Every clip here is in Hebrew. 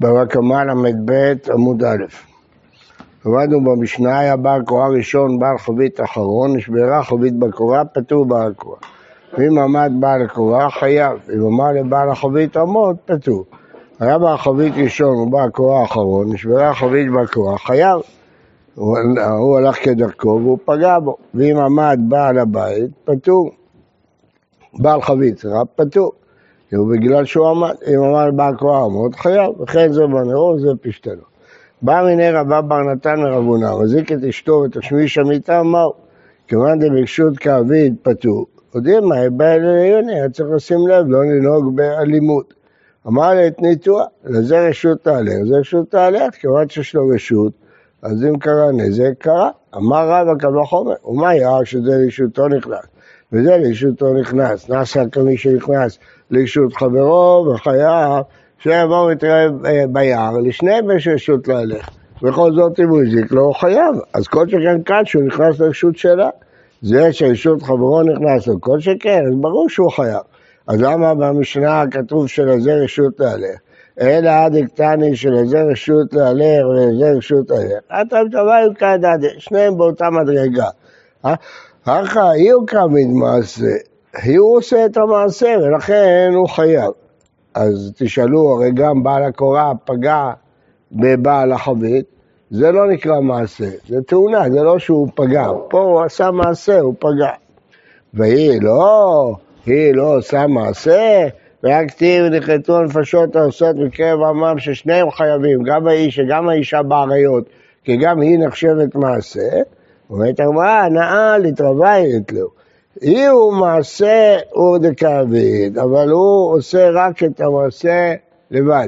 בבא קמא ל"ב עמוד א'. למדנו במשנה, היה בעל קורה ראשון, בעל חבית אחרון, נשברה חבית בקורה, פטור בעל הקורה. ואם עמד בעל הקורה, חייב. אם אמר לבעל החבית עמוד, פטור. היה בעל חבית ראשון ובעל קורה אחרון, נשברה חבית בקורה, חייב. הוא הלך כדרכו והוא פגע בו. ואם עמד בעל הבית, פטור. בעל חבית, פטור. בגלל שהוא עמד, אם אמר בעל קורה עמוד, חייב. וכן זה בנרו, זה פשטנו. בא מיני רבא בר נתן לרב הונא, הזיק את אשתו ותשמיש המיטה, אמרו, כיוון דברשות כעביד פטור. יודעים מה, בא אל עיוני, היה צריך לשים לב, לא לנהוג באלימות. אמר לה את ניתוח, לזה רשות תהלך, זה רשות תהלך, כיוון שיש לו רשות, אז אם קרה נזק, קרה. אמר רב הקל וחומר, ומה יראה שזה לרשותו נכנס? וזה לרשותו נכנס, נעשה כמי שנכנס לרשות חברו וחייב, שיבוא ותראה ביער, לשניהם יש רשות להלך. בכל זאת אם הוא הזיק לו, הוא חייב. אז כל שכן כאן שהוא נכנס לרשות שלה, זה שרשות חברו נכנס לו. כל שכן, אז ברור שהוא חייב. אז למה במשנה כתוב שלזה רשות להלך? אלא עד הקטני שלזה רשות להלך ולזה רשות להלך. אתה מתאבל כעדד, שניהם באותה מדרגה. אחר הוא כעביד מעשה, הוא עושה את המעשה ולכן הוא חייב. אז תשאלו, הרי גם בעל הקורה פגע בבעל החבית, זה לא נקרא מעשה, זה תאונה, זה לא שהוא פגע. פה הוא עשה מעשה, הוא פגע. והיא לא עושה מעשה, ורק כתיב נחלטו הנפשות העושות בקרב עמם ששניהם חייבים, גם האיש וגם האישה בעריות, כי גם היא נחשבת מעשה, אומרת הרמאה, נאה להתרוויית לו. היא הוא מעשה הוא דכעביד, אבל הוא עושה רק את המעשה לבד,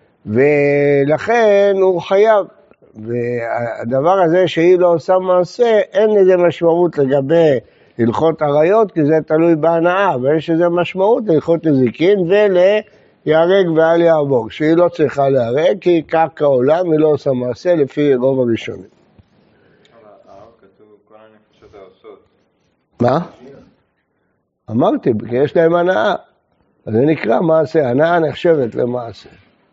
ולכן הוא חייב. והדבר הזה שהיא לא עושה מעשה, אין לזה משמעות לגבי הלכות עריות, כי זה תלוי בהנאה, ויש לזה משמעות להלכות נזיקין וליהרג ואל יעבור, שהיא לא צריכה להרג, כי היא קרקע עולם, היא לא עושה מעשה לפי רוב הראשונים. מה? אמרתי, כי יש להם הנאה, אז זה נקרא מעשה, הנאה נחשבת למעשה.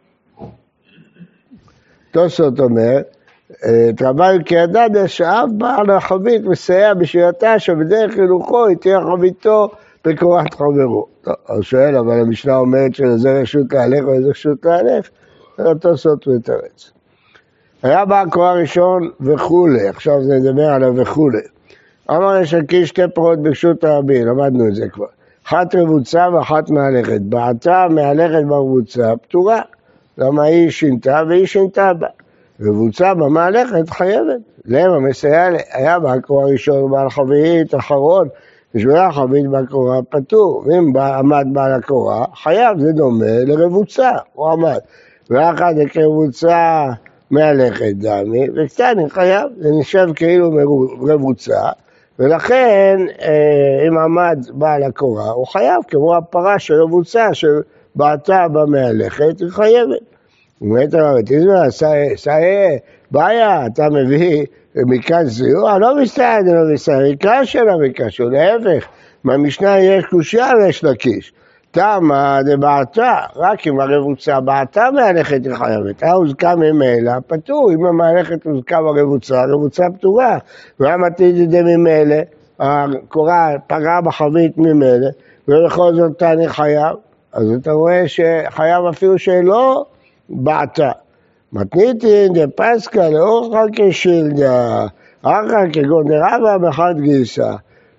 תוספות אומר, תרוויו כידד שאף בעל החבית מסייע בשביעתה שבדרך חינוכו היא תהיה חביתו בקורת חברו. הוא שואל, אבל המשנה אומרת שזה רשות להלך וזה רשות להלך, תוספות מתרץ. היה בעל קורה ראשון וכולי, עכשיו זה נדבר עליו וכולי. אמר יש aquí שתי פרות ברשות הרבים, למדנו את זה כבר. אחת רבוצה ואחת מהלכת. בעתה מהלכת ברבוצה פטורה. למה היא שינתה והיא שינתה בה. רבוצה במהלכת חייבת. למה מסייע היה בעל קורה ראשון ובעל חבית אחרון. נשברה חבית בקורה פטור. ואם עמד בעל הקורה חייב, זה דומה לרבוצה. הוא עמד. ואחד כרבוצה מהלכת דמי וקטני חייב. זה נשב כאילו רבוצה. ולכן, אם עמד בעל הקורה, הוא חייב, כמו הפרה של רבוצה שבעטה במהלכת, היא חייבת. הוא אומרת הרב, תזמר, סעיה, בעיה, אתה מביא מכאן סיוע, לא מסתעד, לא מסתעד, מכאן שלו מכאן שלו, להפך, מהמשנה יש קושיה ויש לקיש. תמה דבעתה, רק אם הרבוצה בעטה מהלכת היא חייבת, הוזקה ממילא, פטור, אם המהלכת הוזקה ברבוצה, הרבוצה פטורה, והמתיד די ממילא, הקורה פגעה בחבית ממילא, ובכל זאת תעני חייב, אז אתה רואה שחייב אפילו שלא בעטה. מתניתין דפסקה לאורחה כשילדה, אחר כגון דרבה בחד גיסה.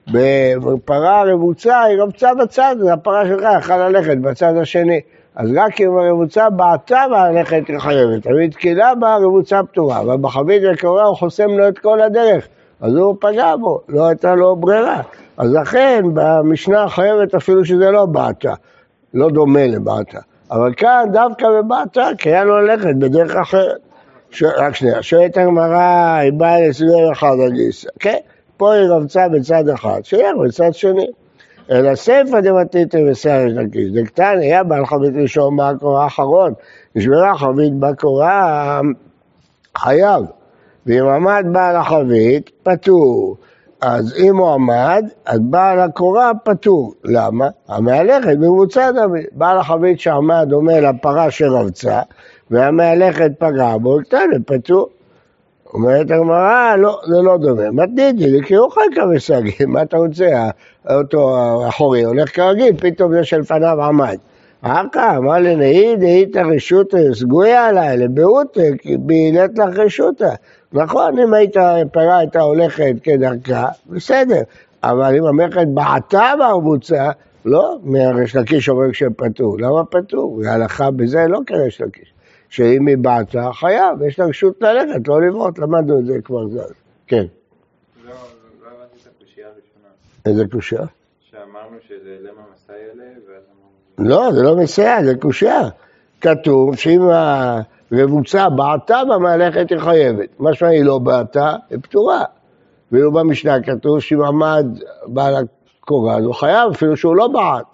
בפרה הרבוצה היא רבצה בצד, הפרה שלך יכולה ללכת בצד השני. אז רק אם הרבוצה בעטה והלכת היא חייבת, אבל תקילה בה הרבוצה פטורה, אבל בחבית וקורה הוא חוסם לו את כל הדרך, אז הוא פגע בו, לא הייתה לו ברירה. אז לכן במשנה חייבת אפילו שזה לא בעטה, לא דומה לבעטה. אבל כאן דווקא בבעטה, כי היה לו ללכת בדרך אחרת. רק שנייה, שואלת הגמרא, היא באה לסדר אחד הגיסה, כן? פה היא רבצה בצד אחד, שילך בצד שני. אלא ספר דמתיתים ושיער יש לקיש. דקטן היה בעל חבית ראשון בקורה האחרון, נשברה חבית בקורה חייב. ואם עמד בעל החבית, פטור. אז אם הוא עמד, אז בעל הקורה פטור. למה? המהלכת בממוצע דמים. בעל החבית שעמד דומה לפרה שרבצה, והמהלכת פגעה בו, קטן, פטור. אומרת הגמרא, לא, זה לא דומה. מתניתי לי, כי הוא חי כמסגים, מה אתה רוצה? אותו אחורי הולך כרגיל, פתאום זה שלפניו עמד. אחר אמר לנהיד, היית רשות סגויה עליי, לבאות, בילת לך רשותה. נכון, אם פרה הייתה הולכת כדרכה, בסדר. אבל אם המלאכת בעטה מהרבוצה, לא, מהריש לקיש אומר שפטור. למה פטור? ההלכה בזה לא כריש לקיש. שאם היא בעטה, חייב, יש לה רשות ללכת, לא לבעוט, למדנו את זה כבר זמן. כן. לא הבנתי את הקושייה הראשונה. איזה קושייה? שאמרנו שזה למה מסייע אלה, ואז לא, אמרנו... זה לא מסייע, זה קושייה. כתוב שאם הרבוצה בעטה במהלכת היא חייבת. משמע היא לא בעטה, היא פטורה. ואילו במשנה כתוב שאם עמד בעל הקורה, הוא חייב, אפילו שהוא לא בעט.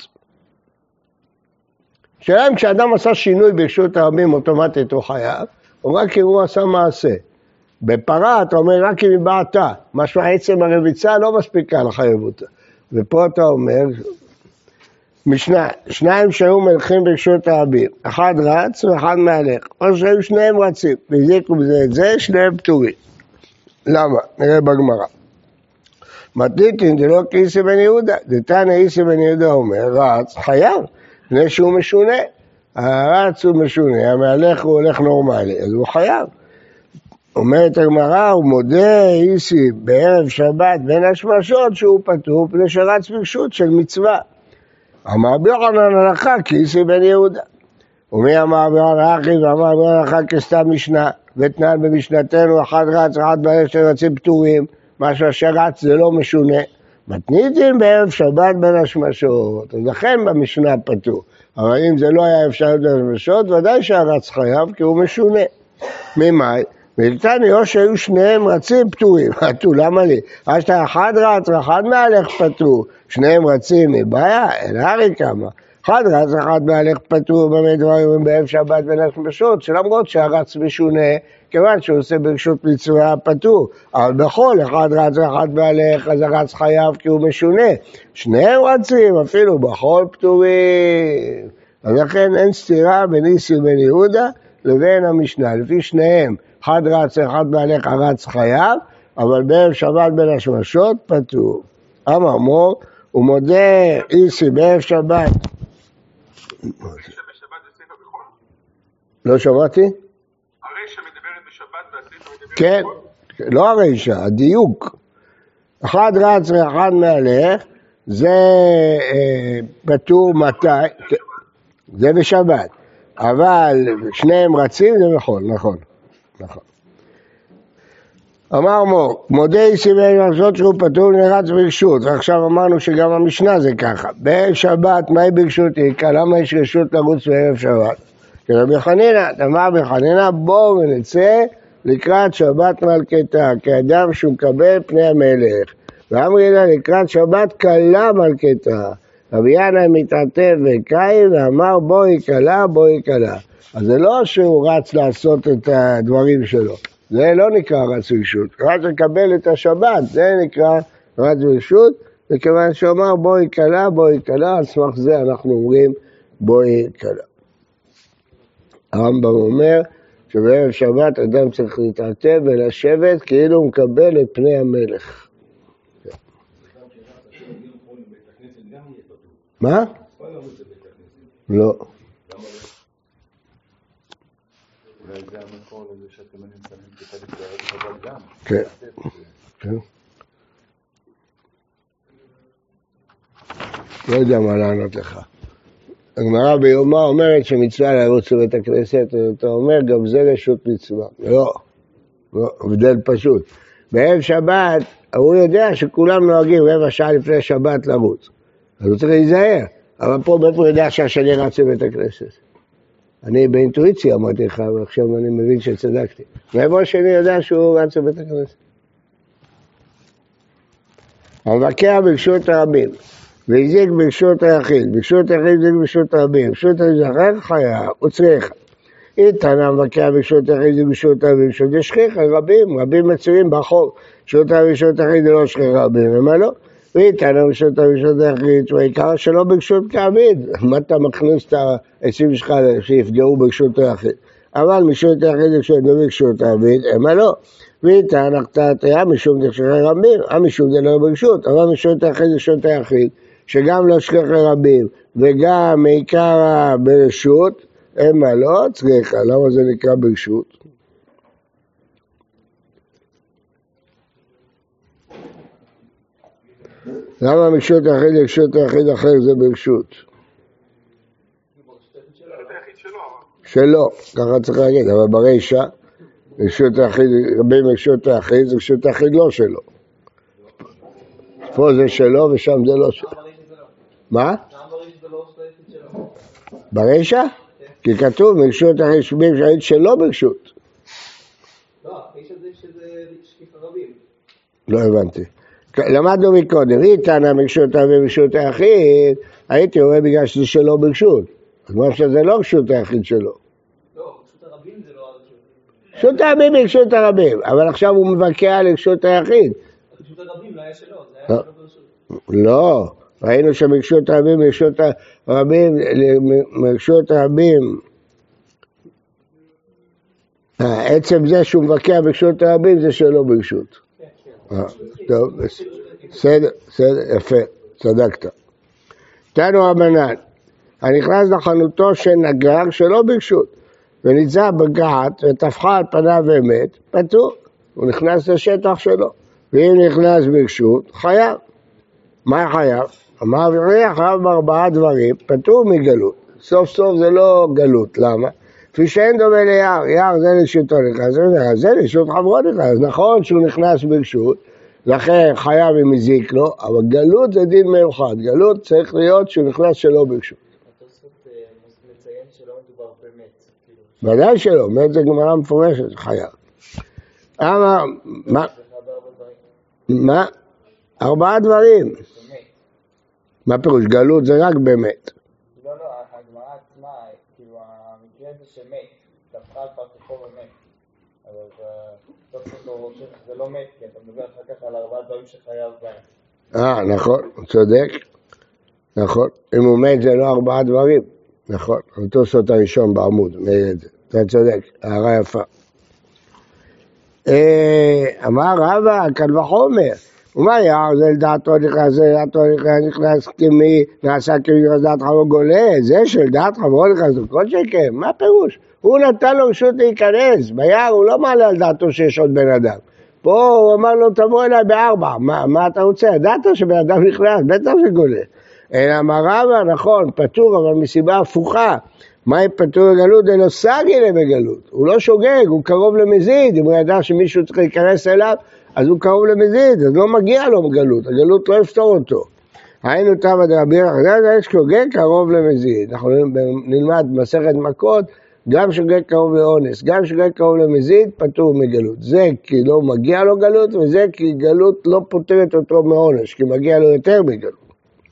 שאלה אם כשאדם עשה שינוי ברשות הרבים אוטומטית הוא חייב, או רק אם הוא עשה מעשה. בפרה אתה אומר רק אם היא בעטה, משמע עצם הרביצה לא מספיקה לחייב אותה. ופה אתה אומר, משנה, שניים שהיו מלכים ברשות הרבים, אחד רץ ואחד מהלך, או שהיו שניהם רצים, והזיקו בזה את זה, שניהם פטורים. למה? נראה בגמרא. מתניתין זה לא כאיסי בן יהודה, דתנא איסי בן יהודה אומר, רץ חייב. לפני שהוא משונה, הרץ הוא משונה, המהלך הוא הולך נורמלי, אז הוא חייב. אומרת הגמרא, הוא מודה איסי בערב שבת בין השמשות שהוא פטור, פני שרץ ברשות של מצווה. אמר רבי יוחנן הלכה כאיסי בן יהודה. ומי אמר רבי יוחנן אחי ואמר רבי יוחנן הלכה כסתם משנה, ותנן במשנתנו אחד רץ, אחד בערב שרצים פטורים, משהו שרץ זה לא משונה. מתניתין בערב שבת בין השמשות, אז לכן במשנה פטור. אבל אם זה לא היה אפשר בין השמשות, ודאי שהרץ חייב, כי הוא משונה. ממאי? מלתני או שהיו שניהם רצים פטורים. למה לי? אז שאתה אחד רץ ואחד מהלך פטור, שניהם רצים מבעיה, אין הרי כמה. אחד רץ ואחד מהלך פטור, במה דברים בערב שבת בין השמשות, שלמרות שהרץ משונה, כיוון שהוא עושה ברשות מצווה פטור, אבל בכל אחד רץ ואחד מהלך, אז הרץ חייב כי הוא משונה. שניהם רצים, אפילו בכל פטורים. אז לכן אין סתירה בין איסי ובן יהודה לבין המשנה. לפי שניהם, אחד רץ ואחד מהלך, הרץ חייב, אבל בערב שבת בין השמשות פטור. אמר מור, הוא מודה איסי בערב שבת. לא שמעתי? הרשע מדברת בשבת והסיפה מדברת כן, לא הרשע, הדיוק. אחד רץ ואחד מהלך, זה פטור מתי? זה בשבת. אבל שניהם רצים זה בכל, נכון. אמר מור, מודה איסי בערב השמשות שהוא פטור נרץ ברשות, ועכשיו אמרנו שגם המשנה זה ככה. בערב שבת, מהי ברשותי? למה יש רשות לרוץ בערב שבת? כרבי חנינא, אמר רבי חנינא, בואו ונצא לקראת שבת מלכתה, כאדם שהוא מקבל פני המלך. ואמרי לה לקראת שבת קלה מלכתה. רבי ינאי מתעטף וקאי ואמר בואי קלה, בואי קלה. אז זה לא שהוא רץ לעשות את הדברים שלו. זה לא נקרא רץ ברשות. רץ לקבל את השבת, זה נקרא רץ ברשות. וכיוון שאומר בואי קלה, על סמך זה אנחנו אומרים בואי קלה. הרמב"ם אומר שבערב שבת אדם צריך להתעטף ולשבת כאילו הוא מקבל את פני המלך. מה? לא. אולי זה המקור לזה שאתם נמצאים כתלת בערב שבת גם. כן. לא יודע מה לענות לך. הגמרא ביומא אומרת שמצווה לרוץ לבית הכנסת, אתה אומר גם זה רשות מצווה. לא, הבדל פשוט. בערב שבת, הוא יודע שכולם נוהגים רבע שעה לפני שבת לרוץ. אז הוא צריך להיזהר. אבל פה מאיפה הוא יודע שהשני רץ לבית הכנסת? אני באינטואיציה אמרתי לך, ועכשיו אני מבין שצדקתי. מאיפה השני יודע שהוא רץ לבית הכנסת? המבקר ברשות הרבים. והזיק ברשות היחיד, ברשות היחיד זיק ברשות הרבים, ברשות היחיד חייב, הוא צריך. איתנה מבקע ברשות היחיד וברשות רבים, שזה שכיח רבים, רבים מצויים בחוק, ברשות היחיד וברשות היחיד זה לא שכיח רבים, ומה לא? ואיתנה ברשות היחיד היחיד, והעיקר שלא ברשות כעביד, מה אתה מכניס את העצים שלך שיפגעו ברשות היחיד? אבל ברשות היחיד ברשות ברשות העביד, מה לא? ואיתנה קטעתיה משום דשכיח רבים, משום זה לא ברשות, אבל ברשות היחיד ברשות היחיד, שגם לא שכיח רבים, וגם עיקר ברשות, מה לא צריכה, למה זה נקרא ברשות? למה ברשות היחיד לרשות היחיד אחר זה ברשות? שלא, ככה צריך להגיד, אבל ברישה, רשות היחיד, רבים רשות היחיד, זה רשות היחיד לא שלו. פה זה שלו ושם זה לא שלו. מה? ברישה? כי כתוב ברשות היחיד שהיית שלא ברשות. לא, יש את זה שזה שקיף הרבים. לא הבנתי. למדנו מקודם, איתנה ברשות היחיד ברשות היחיד, הייתי רואה בגלל שזה שלא ברשות. אז מה שזה לא רשות היחיד שלו. לא, רשות הרבים זה לא הרשות. רשות הרבים ברשות הרבים, אבל עכשיו הוא מבקע לרשות היחיד. רשות הרבים לא היה שלו, זה היה שלו ברשות. לא, ראינו שברשות הרבים ברשות הרבים, ברשות הרבים, עצם זה שהוא מבקע ברשות הרבים זה שלא ברשות. טוב, בסדר, יפה, צדקת. תנו רבנן, הנכנס לחנותו של נגר שלא ברשות, וניצב בגעת וטפחה על פניו ומת, פטור, הוא נכנס לשטח שלו, ואם נכנס ברשות, חייב. מה חייב? אמר וראה חייב בארבעה דברים, פטור מגלות. סוף סוף זה לא גלות, למה? כפי שאין דומה ליער, יער זה לרשותו נכנס, זה לרשות חברו נכנס. נכון שהוא נכנס ברשות, לכן חייב אם הזיק לו, אבל גלות זה דין מיוחד. גלות צריך להיות שהוא נכנס שלא ברשות. התוספות מציין שלא מדובר במת. ודאי שלא, מת זה גמרא מפורשת, חייב. מה? ארבעה דברים. מה פירוש? גלות זה רק באמת. לא, הגמרא עצמה, כאילו המקרה זה שמת, דווקא על פרקפו ומת. אבל זה לא מת, כי אתה מדבר אחר כך על ארבעה דברים שחייב בהם. נכון, הוא צודק. נכון. אם הוא מת זה לא ארבעה דברים. נכון. התוספות הראשון בעמוד, נראה את זה. אתה צודק, הערה יפה. אמר רבא, קל וחומר. ומה יער זה לדעתו נכנס, זה לדעתו נכנס כמי, נעשה כמי לדעת חברו גולה, זה של דעת חברו נכנס, כל שכן, מה פירוש? הוא נתן לו רשות להיכנס, ביער הוא לא מעלה על דעתו שיש עוד בן אדם. פה הוא אמר לו תבוא אליי בארבע, מה אתה רוצה? ידעת שבן אדם נכנס, בטח שגולה. אלא אמר רבא, נכון, פטור, אבל מסיבה הפוכה. מה אם פטור בגלות? אין לו סגי בגלות. הוא לא שוגג, הוא קרוב למזיד, אם הוא ידע שמישהו צריך להיכנס אליו, אז הוא קרוב למזיד, אז לא מגיע לו בגלות, הגלות לא יפתור אותו. היינו תמה דרבי יוחנן, זה שוגג קרוב למזיד. אנחנו נלמד מסכת מכות, גם שוגג קרוב לאונס, גם שוגג קרוב למזיד, פטור מגלות. זה כי לא מגיע לו גלות, וזה כי גלות לא פותרת אותו מאונס, כי מגיע לו יותר מגלות.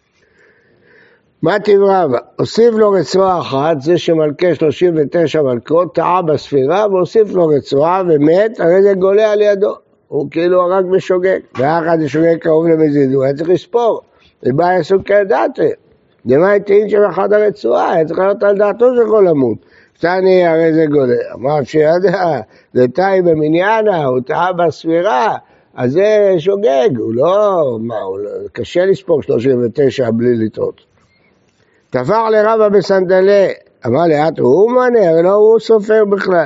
מה תברבה? הוסיף לו רצועה אחת, זה שמלכה 39 מלכות, טעה בספירה, והוסיף לו רצועה ומת, הרי זה גולה על ידו. הוא כאילו הרג בשוגג, ואחד שוגג קרוב למזיד, הוא היה צריך לספור, ובא יסוד כדעתה. דמה הייתאים שבאחד הרצועה, היה צריך להיות על דעתו שיכול למות. קטני הרי זה גולה. אמר שידע, זה טעי במניינה, הוא טעה בספירה, אז זה שוגג, הוא לא, קשה לספור 39 בלי לטעות. תפח לרבא בסנדלה, אמר לאט הוא מנה, אבל לא הוא סופר בכלל.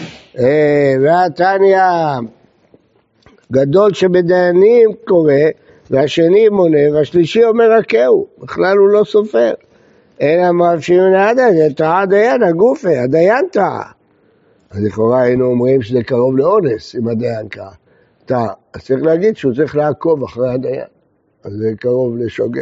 והתניא גדול שבדיינים קורא, והשני מונה, והשלישי אומר הכהו, בכלל הוא לא סופר. אלא מרשים נעדה, זה טעה דיין, הגופה, הדיין טעה. אז לכאורה היינו אומרים שזה קרוב לאונס, אם הדיין טעה. אז צריך להגיד שהוא צריך לעקוב אחרי הדיין. אז זה קרוב לשוגג.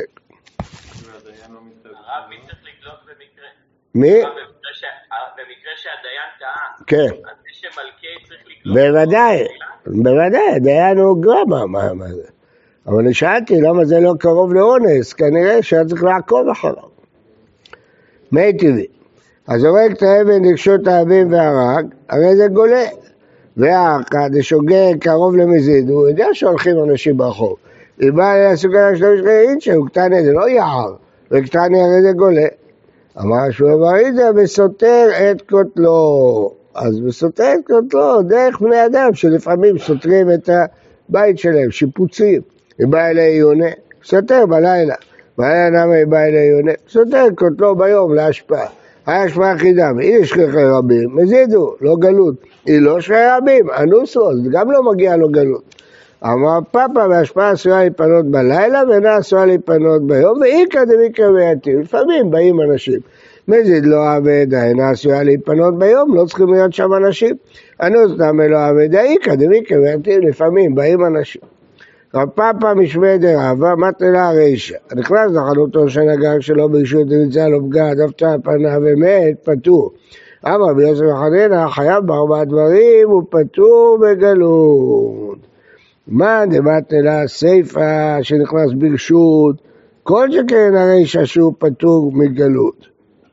הרב, מי צריך לגלות במקרה? מי? במקרה שהדיין טעה. כן. אז מי שמלכה צריך לגלות. בוודאי, הדיין הוא גרמה, מה זה? אבל אני שאלתי למה זה לא קרוב לאונס, כנראה שהיה צריך לעקוב אחריו. מי טבעי? הזורק את האבן לקשות האבים והרג, הרי זה גולה. והארכה דשוגג קרוב למזיד, הוא יודע שהולכים אנשים ברחוב. אם בא לסוגר השלוש רעין שהוא קטנה, זה לא יער, וקטנה הרי זה גולה. אמר שהוא אמר את זה וסותר את כותלו. אז בסותר את כותלו דרך בני אדם שלפעמים סותרים את הבית שלהם, שיפוצים. אם בא אלי יונה, סותר בלילה. בלילה למה אם בא אלי יונה? סותר את כותלו ביום להשפעה. ההשפעה אחידה, אם יש שכחי רבים, מזידו, לא גלות. אם לא שכחי רבים, אנוסו, אז גם לא מגיע לו גלות. אמר פאפה, והשפעה עשויה להיפנות בלילה, ואינה עשויה להיפנות ביום, ואיקא דמיקרא ויתיר. לפעמים באים אנשים. מזיד לא עבדה, אינה עשויה להיפנות ביום, לא צריכים להיות שם אנשים. אנוס דמה לא עבדה, איקא דמיקרא ויתיר. לפעמים באים אנשים. רב פאפה משמי דרבה, מטלה הרישה. נכנס לחנותו של הגג שלו ברשות ונמצא לו בגד, אבטה פנה ומת, פטור. אבל ביוסף החננה חייב בארבעה דברים, הוא פטור בגלות. מה דמטלה סיפה שנכנס ברשות, כל שכן הרישה שהוא פטור מגלות.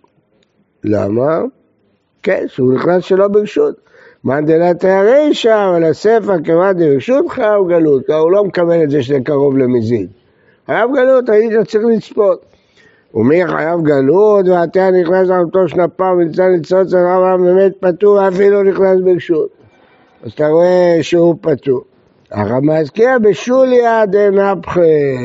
למה? כן, שהוא נכנס שלא ברשות. מנדלת הרישה, אבל הספר כמעט ברשות חייב גלות, כי הוא לא מקבל את זה שזה קרוב למזיד. חייב גלות, היית צריך לצפות. ומי חייב גלות, ואתה נכנס לאותו שנפה ונצא לצוץ הרב באמת פטור, אפילו נכנס ברשות. אז אתה רואה שהוא פטור. הרב מזכיר בשוליה דנפחה.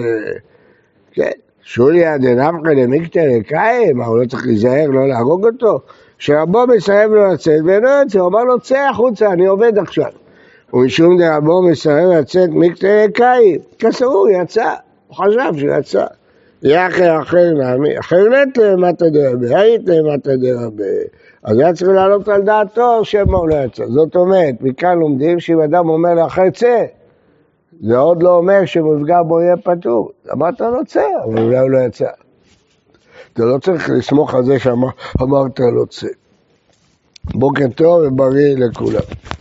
כן, שוליה דנפחה למקטר לקיים, אבל הוא לא צריך להיזהר, לא להרוג אותו. שרבו מסרב לו לצאת, ואינו יוצא, הוא אמר לו, צא החוצה, אני עובד עכשיו. ומשום דרבו מסרב לצאת מקטר לקיים, כסרו, הוא יצא, הוא חשב שהוא יצא. יחר אחר נעמי, אחר נת למטה דרבה, היית למטה דרבה. אז היה צריך לעלות על דעתו שמה הוא לא יצא. זאת אומרת, מכאן לומדים שאם אדם אומר לאחר צא, זה עוד לא אומר שמפגע בו יהיה פטור. אמרת לו צא, אבל אולי הוא לא יצא. אתה לא צריך לסמוך על זה שאמרת לו צא. בוקר טוב ובריא לכולם.